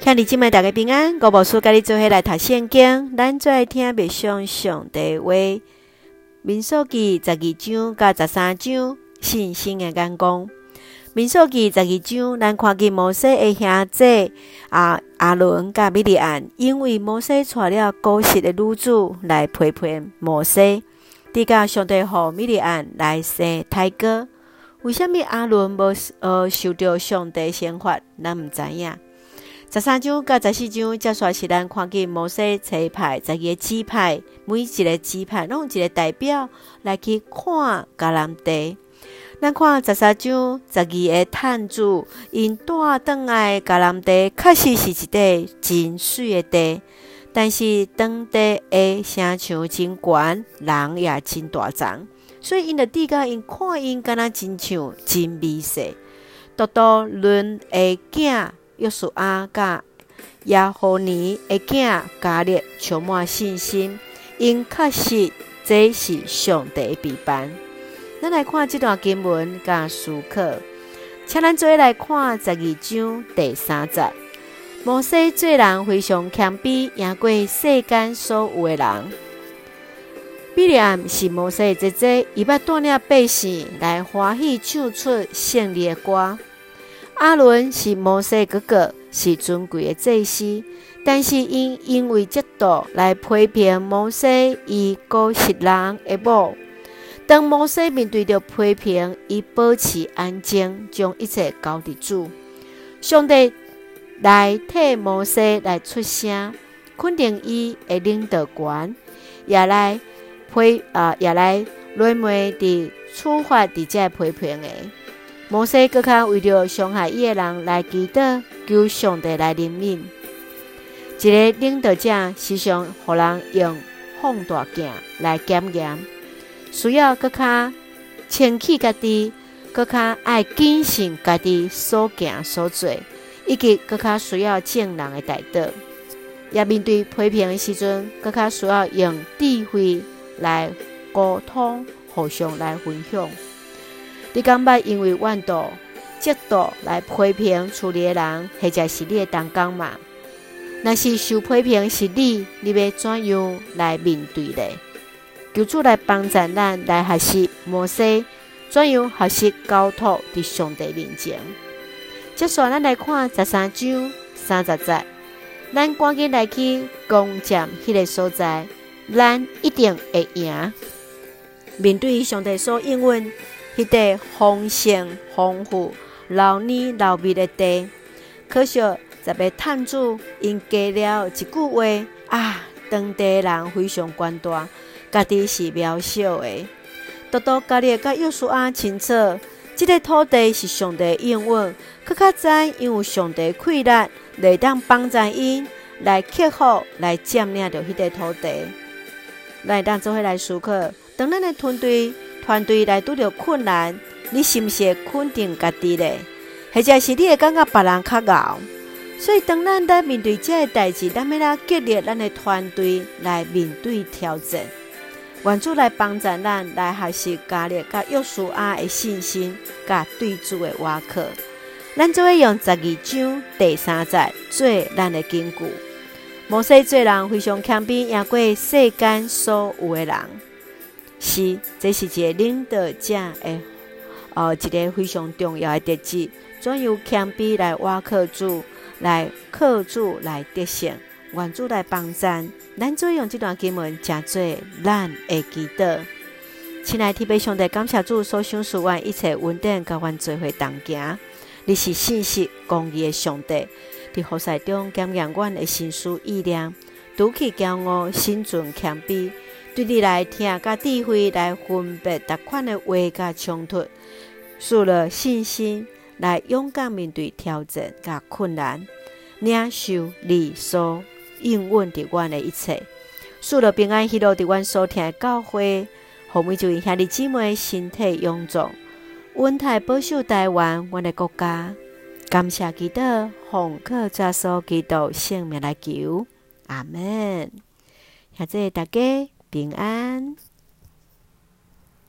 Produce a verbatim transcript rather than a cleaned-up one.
兄弟姊妹大家平安，我无事甲你做伙来读圣经，咱做来听默想上帝话。民数记十二章甲十三章信心的眼光。民数记十二章，咱看见摩西的兄弟啊阿伦甲米利暗，因为摩西娶了古实的女子来陪伴摩西，直到上帝予米利暗来生太哥。为什么阿伦无呃受到上帝惩罚？咱毋知影。十三章甲十四章，接续是咱看见摩西差派十二个支派，每一个支派拢有一个代表来去看迦南地。咱看十三章，十二个探子因带转来迦南地，确实是一块真水的地，但是当地的城墙真悬，人也真大丛，所以因就伫甲因看因敢若真像真美势。独独论的囝约书亚甲亚何尼的囝加列充满信心，因确实这是上帝的备办。咱来看这段经文甲思考，请咱做来看十二章第三节。摩西做人非常谦卑，赢过世间所有的人。米利暗是摩西的姐姐，伊捌带领百姓来欢喜唱出胜利的歌。阿伦是摩西哥哥，是尊贵的祭司，但是因因为嫉妒来批评摩西，伊古实人的某。当摩西面对着批评，伊保持安静，将一切交给主。上帝来替摩西来出声，肯定伊的领导权，也来批啊，也来乱媒伫处罚伫这批评的。摩西更较为着伤害伊的人来祈祷，求上帝来怜悯。一个领导者时常互人用放大镜来检验，需要更较清气家己，更较爱谨慎家己所行所做，以及更较需要正人的态度。也面对批评的时阵，更较需要用智慧来沟通，互相来分享。你敢捌因为怨妒、嫉妒来批评处理的人，或者是你的同工嘛？若是受批评是你，你要怎样来面对呢？求主来帮助咱来学习摩西怎样学习交托伫上帝面前。接下来咱来看十三章三十节，咱赶紧来去攻占迄个所在，咱一定会赢。面对上帝所应允迄块丰盛、丰富、老年老密的地，可惜十个探子因加了一句话啊，当地人非常关大，家己是渺小的。独独加列甲约书亚清楚，这个土地是上帝应允，更较知因有上帝气力来当帮助因来克服、来占领着迄块土地。来当做伙来思考，当咱的团队。团队来拄着困难，你是毋是会肯定家己咧？或者是你会感觉别人较敖？所以当咱在面对这个代志，咱要来激励咱的团队来面对挑战。愿主来帮助咱来学习加列甲约书亚的信心，甲对主的瓦靠。咱做伙用十二章第三节做咱的根据。摩西做人非常谦卑，赢过世间所有的人。是，这是一个领导者的呃一个非常重要的特质。怎样谦卑来倚靠主，来靠主来得胜，愿主来帮助咱做用这段经文，真做咱的祈祷。亲爱的天父上帝，感谢主所赏赐阮一切稳定，甲阮做伙同行。你是信实公义的上帝，伫何塞中检验阮的心思意念，拄起骄傲，心存谦卑。对你来听，甲智慧来分别逐款的话甲冲突，使了信心来勇敢面对挑战甲困难，领受你所应允伫阮的一切，使了平安喜乐伫阮所听的教诲，互每一位兄弟姊妹身体勇壮，稳泰保守台湾阮的国家。感谢祈祷，奉靠耶稣基督圣名来求，阿门。现在大家平安。